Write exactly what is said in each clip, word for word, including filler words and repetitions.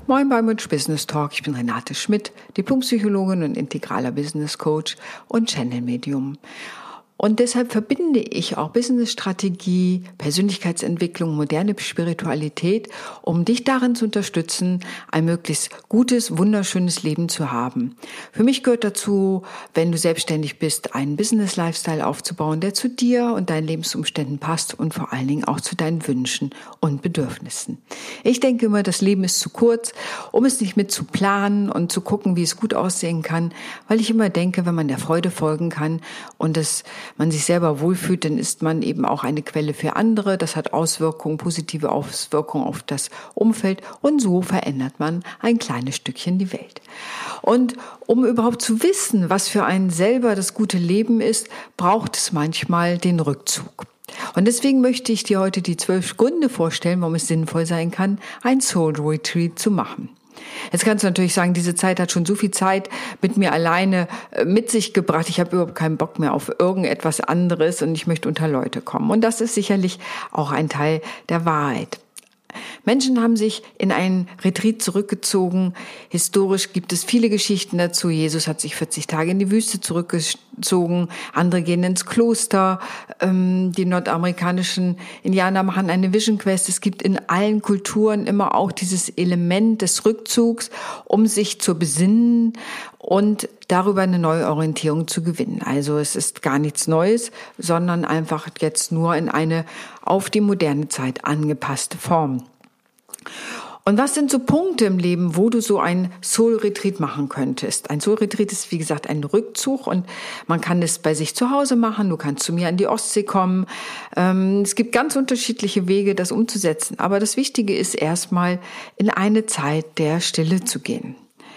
Moin beim Wunsch Business Talk. Ich bin Renate Schmidt, Diplompsychologin und integraler Business Coach und Channel Medium. Und deshalb verbinde ich auch Business-Strategie, Persönlichkeitsentwicklung, moderne Spiritualität, um dich darin zu unterstützen, ein möglichst gutes, wunderschönes Leben zu haben. Für mich gehört dazu, wenn du selbstständig bist, einen Business-Lifestyle aufzubauen, der zu dir und deinen Lebensumständen passt und vor allen Dingen auch zu deinen Wünschen und Bedürfnissen. Ich denke immer, das Leben ist zu kurz, um es nicht mit zu planen und zu gucken, wie es gut aussehen kann, weil ich immer denke, wenn man der Freude folgen kann und es man sich selber wohlfühlt, dann ist man eben auch eine Quelle für andere. Das hat Auswirkungen, positive Auswirkungen auf das Umfeld und so verändert man ein kleines Stückchen die Welt. Und um überhaupt zu wissen, was für einen selber das gute Leben ist, braucht es manchmal den Rückzug. Und deswegen möchte ich dir heute die zwölf Gründe vorstellen, warum es sinnvoll sein kann, ein Soul Retreat zu machen. Jetzt kannst du natürlich sagen, diese Zeit hat schon so viel Zeit mit mir alleine mit sich gebracht. Ich habe überhaupt keinen Bock mehr auf irgendetwas anderes und ich möchte unter Leute kommen. Und das ist sicherlich auch ein Teil der Wahrheit. Menschen haben sich in einen Retreat zurückgezogen. Historisch gibt es viele Geschichten dazu. Jesus hat sich vierzig Tage in die Wüste zurückgezogen. Andere gehen ins Kloster. Die nordamerikanischen Indianer machen eine Vision Quest. Es gibt in allen Kulturen immer auch dieses Element des Rückzugs, um sich zu besinnen und darüber eine neue Orientierung zu gewinnen. Also es ist gar nichts Neues, sondern einfach jetzt nur in eine auf die moderne Zeit angepasste Form. Und was sind so Punkte im Leben, wo du so ein Soul-Retreat machen könntest? Ein Soul-Retreat ist, wie gesagt, ein Rückzug und man kann es bei sich zu Hause machen. Du kannst zu mir an die Ostsee kommen. Es gibt ganz unterschiedliche Wege, das umzusetzen. Aber das Wichtige ist erstmal, in eine Zeit der Stille zu gehen.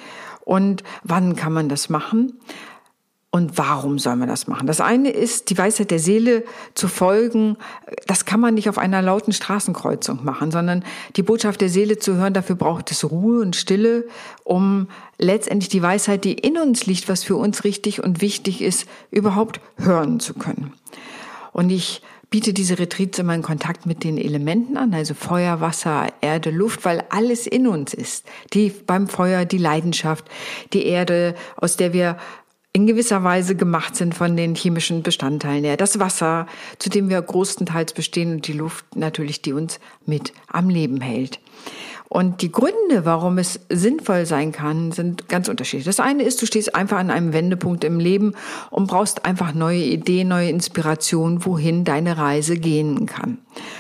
Und wann kann man das machen? Und warum soll man das machen? Das eine ist, die Weisheit der Seele zu folgen. Das kann man nicht auf einer lauten Straßenkreuzung machen, sondern die Botschaft der Seele zu hören, dafür braucht es Ruhe und Stille, um letztendlich die Weisheit, die in uns liegt, was für uns richtig und wichtig ist, überhaupt hören zu können. Und ich biete diese Retreats immer in Kontakt mit den Elementen an, also Feuer, Wasser, Erde, Luft, weil alles in uns ist. Die beim Feuer die Leidenschaft, die Erde, aus der wir in gewisser Weise gemacht sind von den chemischen Bestandteilen her. Das Wasser, zu dem wir größtenteils bestehen, und die Luft natürlich, die uns mit am Leben hält. Und die Gründe, warum es sinnvoll sein kann, sind ganz unterschiedlich. Das eine ist, du stehst einfach an einem Wendepunkt im Leben und brauchst einfach neue Ideen, neue Inspirationen, wohin deine Reise gehen kann.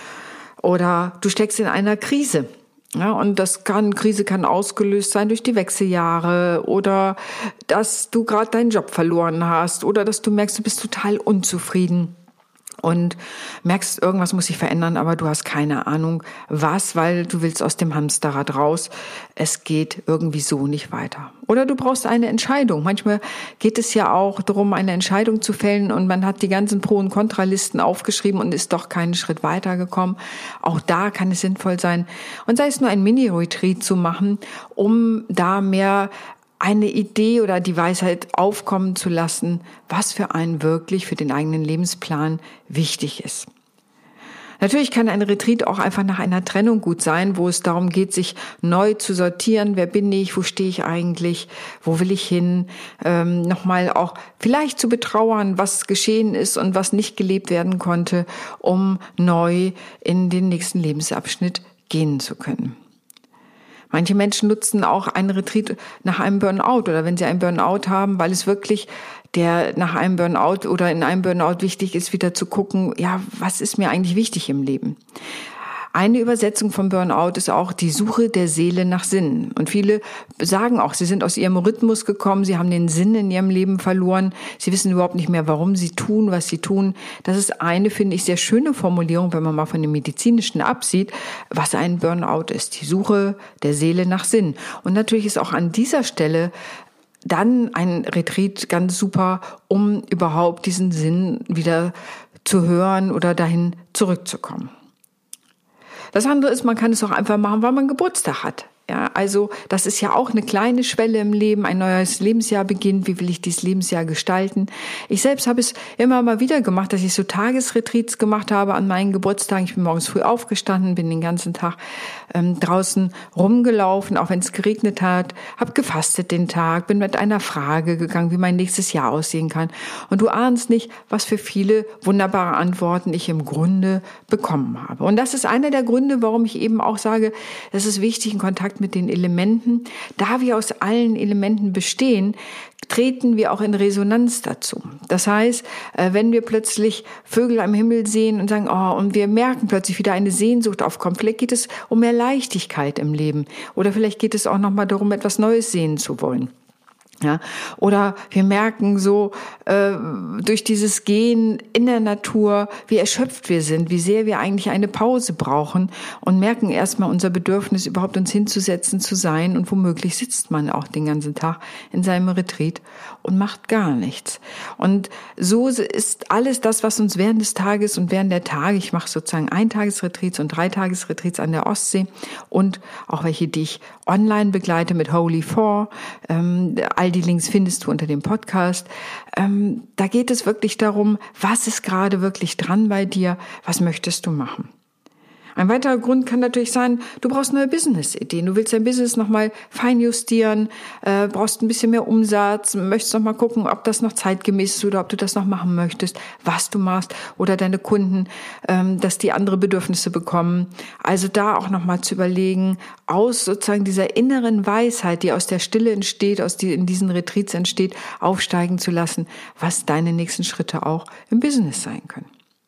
Oder du steckst in einer Krise. Ja, und das kann, Krise kann ausgelöst sein durch die Wechseljahre oder dass du gerade deinen Job verloren hast oder dass du merkst, du bist total unzufrieden und merkst, irgendwas muss sich verändern, aber du hast keine Ahnung was, weil du willst aus dem Hamsterrad raus. Es geht irgendwie so nicht weiter. Oder du brauchst eine Entscheidung. Manchmal geht es ja auch darum, eine Entscheidung zu fällen und man hat die ganzen Pro- und Kontralisten aufgeschrieben und ist doch keinen Schritt weitergekommen. Auch da kann es sinnvoll sein. Und sei es nur ein Mini-Retreat zu machen, um da mehr eine Idee oder die Weisheit aufkommen zu lassen, was für einen wirklich für den eigenen Lebensplan wichtig ist. Natürlich kann ein Retreat auch einfach nach einer Trennung gut sein, wo es darum geht, sich neu zu sortieren. Wer bin ich? Wo stehe ich eigentlich? Wo will ich hin? Ähm, nochmal auch vielleicht zu betrauern, was geschehen ist und was nicht gelebt werden konnte, um neu in den nächsten Lebensabschnitt gehen zu können. Manche Menschen nutzen auch einen Retreat nach einem Burnout oder wenn sie einen Burnout haben, weil es wirklich der nach einem Burnout oder in einem Burnout wichtig ist, wieder zu gucken, ja, was ist mir eigentlich wichtig im Leben? Eine Übersetzung von Burnout ist auch die Suche der Seele nach Sinn. Und viele sagen auch, sie sind aus ihrem Rhythmus gekommen, sie haben den Sinn in ihrem Leben verloren, sie wissen überhaupt nicht mehr, warum sie tun, was sie tun. Das ist eine, finde ich, sehr schöne Formulierung, wenn man mal von dem Medizinischen absieht, was ein Burnout ist. Die Suche der Seele nach Sinn. Und natürlich ist auch an dieser Stelle dann ein Retreat ganz super, um überhaupt diesen Sinn wieder zu hören oder dahin zurückzukommen. Das andere ist, man kann es auch einfach machen, weil man Geburtstag hat. Ja, also das ist ja auch eine kleine Schwelle im Leben. Ein neues Lebensjahr beginnt. Wie will ich dieses Lebensjahr gestalten? Ich selbst habe es immer mal wieder gemacht, dass ich so Tagesretreats gemacht habe an meinen Geburtstagen. Ich bin morgens früh aufgestanden, bin den ganzen Tag ähm, draußen rumgelaufen, auch wenn es geregnet hat, habe gefastet den Tag, bin mit einer Frage gegangen, wie mein nächstes Jahr aussehen kann. Und du ahnst nicht, was für viele wunderbare Antworten ich im Grunde bekommen habe. Und das ist einer der Gründe, warum ich eben auch sage, es ist wichtig, in Kontakt mit den Elementen. Da wir aus allen Elementen bestehen, treten wir auch in Resonanz dazu. Das heißt, wenn wir plötzlich Vögel am Himmel sehen und sagen, oh, und wir merken plötzlich wieder eine Sehnsucht aufkommt, vielleicht geht es um mehr Leichtigkeit im Leben oder vielleicht geht es auch nochmal darum, etwas Neues sehen zu wollen. Ja, oder wir merken so äh, durch dieses Gehen in der Natur, wie erschöpft wir sind, wie sehr wir eigentlich eine Pause brauchen und merken erstmal unser Bedürfnis, überhaupt uns hinzusetzen, zu sein, und womöglich sitzt man auch den ganzen Tag in seinem Retreat und macht gar nichts. Und so ist alles das, was uns während des Tages und während der Tage, ich mache sozusagen Eintagesretreats und Dreitagesretreats an der Ostsee und auch welche, die ich online begleite mit Holy Four, ähm, all die Links findest du unter dem Podcast. Ähm, da geht es wirklich darum, was ist gerade wirklich dran bei dir, was möchtest du machen? Ein weiterer Grund kann natürlich sein, du brauchst neue Business-Ideen. Du willst dein Business nochmal feinjustieren, äh, brauchst ein bisschen mehr Umsatz, möchtest nochmal gucken, ob das noch zeitgemäß ist oder ob du das noch machen möchtest, was du machst, oder deine Kunden, ähm, dass die andere Bedürfnisse bekommen. Also da auch nochmal zu überlegen, aus sozusagen dieser inneren Weisheit, die aus der Stille entsteht, aus die in diesen Retreats entsteht, aufsteigen zu lassen, was deine nächsten Schritte auch im Business sein können.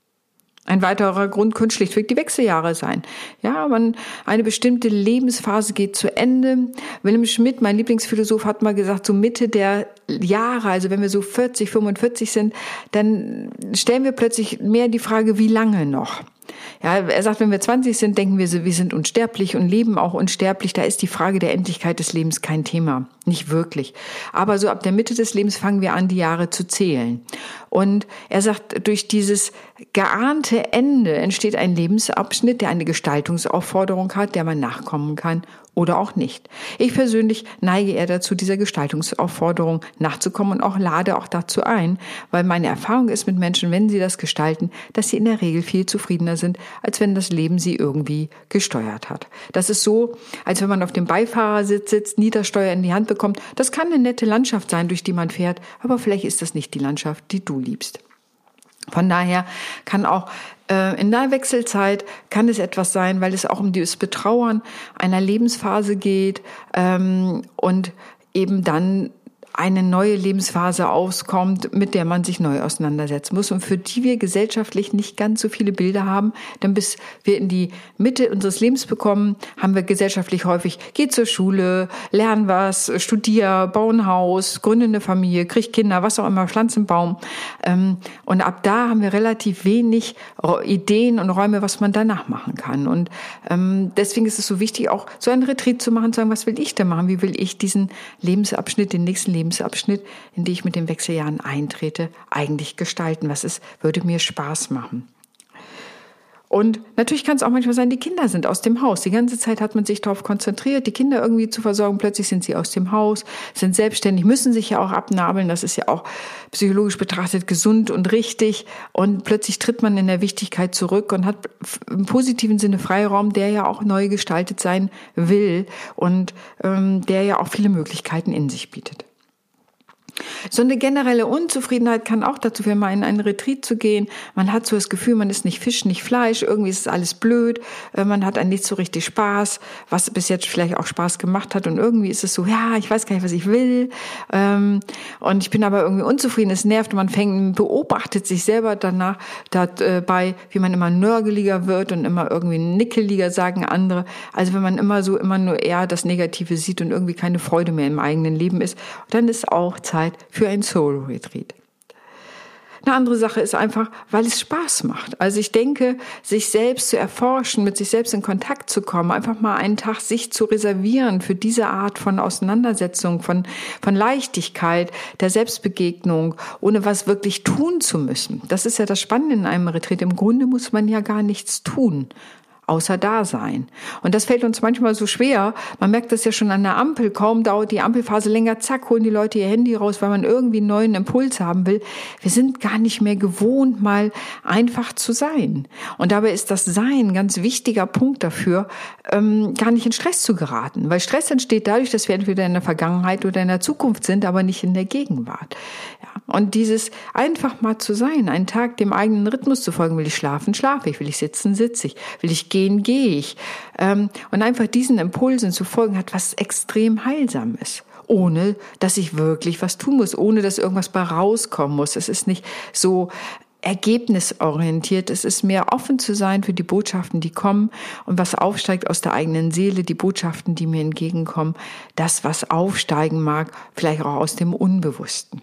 Ein weiterer Grund könnte schlichtweg die Wechseljahre sein. Ja, man, eine bestimmte Lebensphase geht zu Ende. Wilhelm Schmidt, mein Lieblingsphilosoph, hat mal gesagt, so Mitte der Jahre, also wenn wir so vierzig, fünfundvierzig sind, dann stellen wir plötzlich mehr die Frage, wie lange noch? Ja, er sagt, wenn wir zwanzig sind, denken wir, wir sind unsterblich und leben auch unsterblich. Da ist die Frage der Endlichkeit des Lebens kein Thema. Nicht wirklich. Aber so ab der Mitte des Lebens fangen wir an, die Jahre zu zählen. Und er sagt, durch dieses geahnte Ende entsteht ein Lebensabschnitt, der eine Gestaltungsaufforderung hat, der man nachkommen kann oder auch nicht. Ich persönlich neige eher dazu, dieser Gestaltungsaufforderung nachzukommen und auch lade auch dazu ein, weil meine Erfahrung ist mit Menschen, wenn sie das gestalten, dass sie in der Regel viel zufriedener sind, als wenn das Leben sie irgendwie gesteuert hat. Das ist so, als wenn man auf dem Beifahrersitz sitzt, nie das Steuer in die Hand bekommt. Das kann eine nette Landschaft sein, durch die man fährt, aber vielleicht ist das nicht die Landschaft, die du liebst. Von daher kann auch äh, in der Wechselzeit kann es etwas sein, weil es auch um das Betrauern einer Lebensphase geht ähm, und eben dann eine neue Lebensphase auskommt, mit der man sich neu auseinandersetzen muss und für die wir gesellschaftlich nicht ganz so viele Bilder haben. Denn bis wir in die Mitte unseres Lebens bekommen, haben wir gesellschaftlich häufig, geh zur Schule, lern was, studier, bau ein Haus, gründe eine Familie, krieg Kinder, was auch immer, pflanz einen Baum. Und ab da haben wir relativ wenig Ideen und Räume, was man danach machen kann. Und deswegen ist es so wichtig, auch so einen Retreat zu machen, zu sagen, was will ich denn machen? Wie will ich diesen Lebensabschnitt, den nächsten Lebensabschnitt, Lebensabschnitt, in die ich mit den Wechseljahren eintrete, eigentlich gestalten? Was ist, würde mir Spaß machen? Und natürlich kann es auch manchmal sein, die Kinder sind aus dem Haus. Die ganze Zeit hat man sich darauf konzentriert, die Kinder irgendwie zu versorgen. Plötzlich sind sie aus dem Haus, sind selbstständig, müssen sich ja auch abnabeln. Das ist ja auch psychologisch betrachtet gesund und richtig. Und plötzlich tritt man in der Wichtigkeit zurück und hat im positiven Sinne Freiraum, der ja auch neu gestaltet sein will und ähm, der ja auch viele Möglichkeiten in sich bietet. So eine generelle Unzufriedenheit kann auch dazu führen, mal in einen Retreat zu gehen. Man hat so das Gefühl, man ist nicht Fisch, nicht Fleisch, irgendwie ist es alles blöd, man hat an nichts so richtig Spaß, was bis jetzt vielleicht auch Spaß gemacht hat, und irgendwie ist es so, ja, ich weiß gar nicht, was ich will, und ich bin aber irgendwie unzufrieden, es nervt, und man fängt, beobachtet sich selber danach dabei, wie man immer nörgeliger wird und immer irgendwie nickeliger, sagen andere. Also wenn man immer so, immer nur eher das Negative sieht und irgendwie keine Freude mehr im eigenen Leben ist, dann ist auch Zeit für ein Soul-Retreat. Eine andere Sache ist einfach, weil es Spaß macht. Also ich denke, sich selbst zu erforschen, mit sich selbst in Kontakt zu kommen, einfach mal einen Tag sich zu reservieren für diese Art von Auseinandersetzung, von, von Leichtigkeit, der Selbstbegegnung, ohne was wirklich tun zu müssen. Das ist ja das Spannende in einem Retreat. Im Grunde muss man ja gar nichts tun. außer Dasein. Und das fällt uns manchmal so schwer. Man merkt das ja schon an der Ampel. Kaum dauert die Ampelphase länger, zack, holen die Leute ihr Handy raus, weil man irgendwie einen neuen Impuls haben will. Wir sind gar nicht mehr gewohnt, mal einfach zu sein. Und dabei ist das Sein ein ganz wichtiger Punkt dafür, ähm, gar nicht in Stress zu geraten. Weil Stress entsteht dadurch, dass wir entweder in der Vergangenheit oder in der Zukunft sind, aber nicht in der Gegenwart. Ja. Und dieses einfach mal zu sein, einen Tag dem eigenen Rhythmus zu folgen, will ich schlafen, schlafe ich, will ich sitzen, sitze ich, will ich gehen, gehe ich. Ähm, und einfach diesen Impulsen zu folgen, hat was extrem Heilsames. Ohne, dass ich wirklich was tun muss, ohne, dass irgendwas bei rauskommen muss. Es ist nicht so ergebnisorientiert. Es ist mehr offen zu sein für die Botschaften, die kommen und was aufsteigt aus der eigenen Seele, die Botschaften, die mir entgegenkommen. Das, was aufsteigen mag, vielleicht auch aus dem Unbewussten.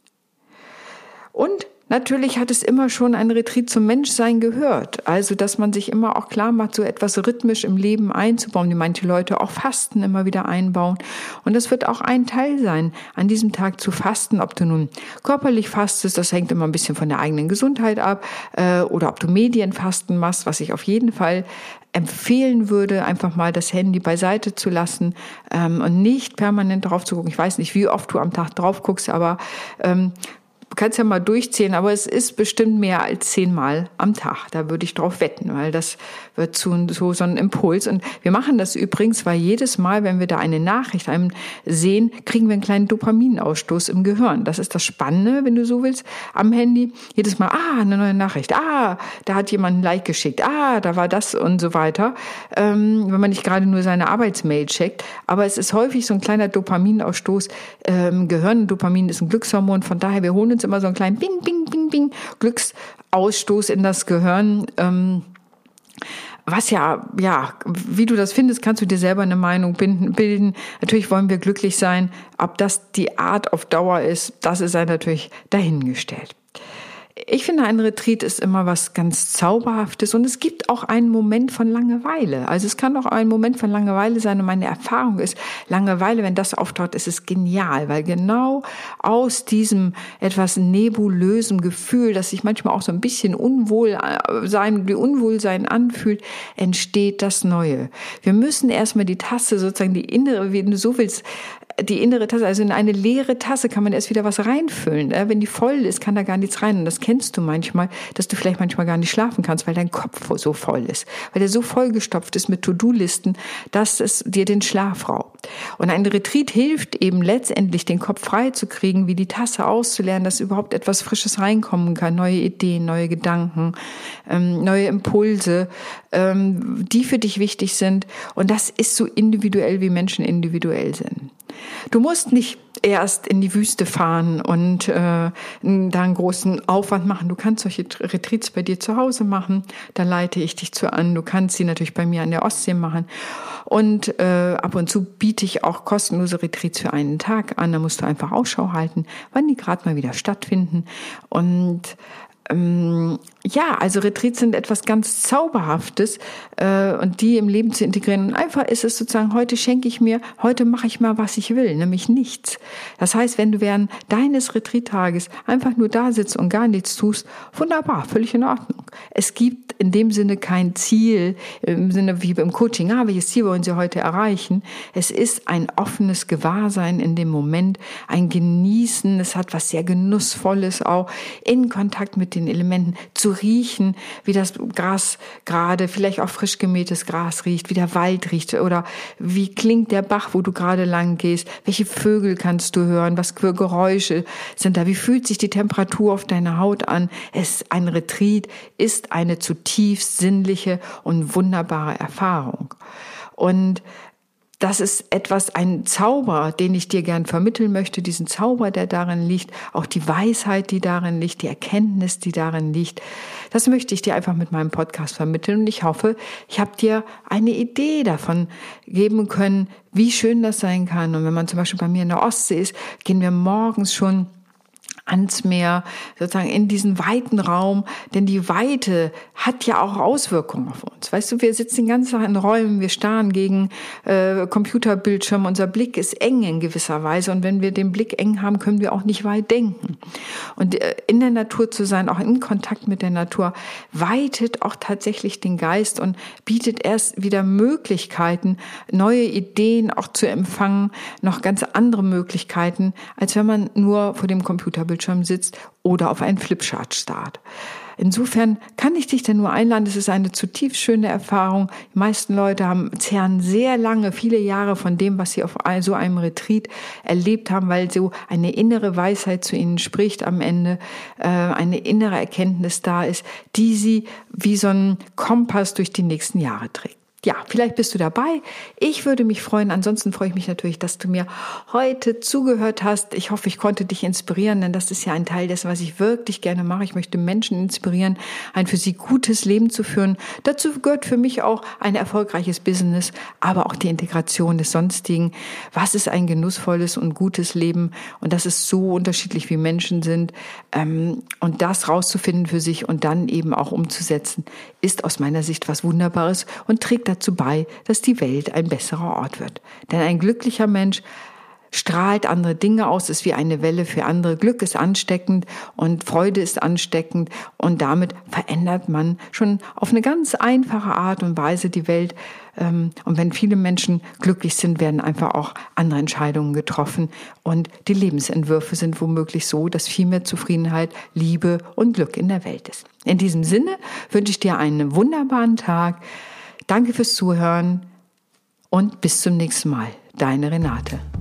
Und natürlich hat es immer schon ein Retreat zum Menschsein gehört. Also, dass man sich immer auch klar macht, so etwas rhythmisch im Leben einzubauen, wie manche Leute auch Fasten immer wieder einbauen. Und das wird auch ein Teil sein, an diesem Tag zu fasten. Ob du nun körperlich fastest, das hängt immer ein bisschen von der eigenen Gesundheit ab, äh, oder ob du Medienfasten machst, was ich auf jeden Fall empfehlen würde, einfach mal das Handy beiseite zu lassen ähm, und nicht permanent drauf zu gucken. Ich weiß nicht, wie oft du am Tag drauf guckst, aber ähm, du kannst ja mal durchzählen, aber es ist bestimmt mehr als zehnmal am Tag. Da würde ich drauf wetten, weil das wird zu, so, so ein Impuls. Und wir machen das übrigens, weil jedes Mal, wenn wir da eine Nachricht sehen, kriegen wir einen kleinen Dopaminausstoß im Gehirn. Das ist das Spannende, wenn du so willst, am Handy. Jedes Mal, ah, eine neue Nachricht, ah, da hat jemand ein Like geschickt, ah, da war das und so weiter. Ähm, wenn man nicht gerade nur seine Arbeitsmail checkt. Aber es ist häufig so ein kleiner Dopaminausstoß im Gehirn. Dopamin ist ein Glückshormon, von daher, wir holen uns immer so einen kleinen Bing, Bing, Bing, Bing, Glücksausstoß in das Gehirn. Ähm, was ja, ja, wie du das findest, kannst du dir selber eine Meinung bilden. Natürlich wollen wir glücklich sein. Ob das die Art auf Dauer ist, das ist ja natürlich dahingestellt. Ich finde, ein Retreat ist immer was ganz Zauberhaftes und es gibt auch einen Moment von Langeweile. Also es kann auch ein Moment von Langeweile sein und meine Erfahrung ist, Langeweile, wenn das auftaucht, ist es genial, weil genau aus diesem etwas nebulösen Gefühl, das sich manchmal auch so ein bisschen Unwohlsein, wie Unwohlsein anfühlt, entsteht das Neue. Wir müssen erstmal die Tasse, sozusagen die innere, wie du so willst, die innere Tasse, also in eine leere Tasse kann man erst wieder was reinfüllen. Wenn die voll ist, kann da gar nichts rein. Und das kennst du manchmal, dass du vielleicht manchmal gar nicht schlafen kannst, weil dein Kopf so voll ist. Weil der so vollgestopft ist mit To-Do-Listen, dass es dir den Schlaf raubt. Und ein Retreat hilft eben letztendlich, den Kopf frei zu kriegen, wie die Tasse auszuleeren, dass überhaupt etwas Frisches reinkommen kann. Neue Ideen, neue Gedanken, ähm, neue Impulse, ähm, die für dich wichtig sind. Und das ist so individuell, wie Menschen individuell sind. Du musst nicht erst in die Wüste fahren und äh, da einen großen Aufwand machen. Du kannst solche Retreats bei dir zu Hause machen. Da leite ich dich zu an. Du kannst sie natürlich bei mir an der Ostsee machen. Und äh, ab und zu biete ich auch kostenlose Retreats für einen Tag an. Da musst du einfach Ausschau halten, wann die gerade mal wieder stattfinden. Und ähm, ja, also Retreats sind etwas ganz Zauberhaftes äh, und die im Leben zu integrieren. Und einfach ist es sozusagen, heute schenke ich mir, heute mache ich mal, was ich will, nämlich nichts. Das heißt, wenn du während deines Retreat-Tages einfach nur da sitzt und gar nichts tust, wunderbar, völlig in Ordnung. Es gibt in dem Sinne kein Ziel, im Sinne wie beim Coaching, ah, welches Ziel wollen Sie heute erreichen? Es ist ein offenes Gewahrsein in dem Moment, ein Genießen, es hat was sehr Genussvolles auch, in Kontakt mit den Elementen zu riechen, wie das Gras gerade, vielleicht auch frisch gemähtes Gras riecht, wie der Wald riecht oder wie klingt der Bach, wo du gerade lang gehst, welche Vögel kannst du hören, was für Geräusche sind da, wie fühlt sich die Temperatur auf deiner Haut an. Es, ein Retreat ist eine zutiefst sinnliche und wunderbare Erfahrung. Und das ist etwas, ein Zauber, den ich dir gern vermitteln möchte, diesen Zauber, der darin liegt, auch die Weisheit, die darin liegt, die Erkenntnis, die darin liegt. Das möchte ich dir einfach mit meinem Podcast vermitteln und ich hoffe, ich habe dir eine Idee davon geben können, wie schön das sein kann. Und wenn man zum Beispiel bei mir in der Ostsee ist, gehen wir morgens schon ans Meer, sozusagen in diesen weiten Raum, denn die Weite hat ja auch Auswirkungen auf uns. Weißt du, wir sitzen den ganzen Tag in Räumen, wir starren gegen äh, Computerbildschirme, unser Blick ist eng in gewisser Weise und wenn wir den Blick eng haben, können wir auch nicht weit denken. Und äh, in der Natur zu sein, auch in Kontakt mit der Natur, weitet auch tatsächlich den Geist und bietet erst wieder Möglichkeiten, neue Ideen auch zu empfangen, noch ganz andere Möglichkeiten, als wenn man nur vor dem Computerbildschirm sitzt oder auf einen Flipchart starrt. Insofern kann ich dich denn nur einladen, es ist eine zutiefst schöne Erfahrung. Die meisten Leute haben, zehren sehr lange, viele Jahre von dem, was sie auf so einem Retreat erlebt haben, weil so eine innere Weisheit zu ihnen spricht am Ende, äh, eine innere Erkenntnis da ist, die sie wie so ein Kompass durch die nächsten Jahre trägt. Ja, vielleicht bist du dabei. Ich würde mich freuen. Ansonsten freue ich mich natürlich, dass du mir heute zugehört hast. Ich hoffe, ich konnte dich inspirieren, denn das ist ja ein Teil dessen, was ich wirklich gerne mache. Ich möchte Menschen inspirieren, ein für sie gutes Leben zu führen. Dazu gehört für mich auch ein erfolgreiches Business, aber auch die Integration des Sonstigen. Was ist ein genussvolles und gutes Leben? Und das ist so unterschiedlich, wie Menschen sind. Und das rauszufinden für sich und dann eben auch umzusetzen, ist aus meiner Sicht was Wunderbares und trägt dazu bei, dass die Welt ein besserer Ort wird. Denn ein glücklicher Mensch strahlt andere Dinge aus, ist wie eine Welle für andere. Glück ist ansteckend und Freude ist ansteckend und damit verändert man schon auf eine ganz einfache Art und Weise die Welt. Und wenn viele Menschen glücklich sind, werden einfach auch andere Entscheidungen getroffen und die Lebensentwürfe sind womöglich so, dass viel mehr Zufriedenheit, Liebe und Glück in der Welt ist. In diesem Sinne wünsche ich dir einen wunderbaren Tag. Danke fürs Zuhören und bis zum nächsten Mal. Deine Renate.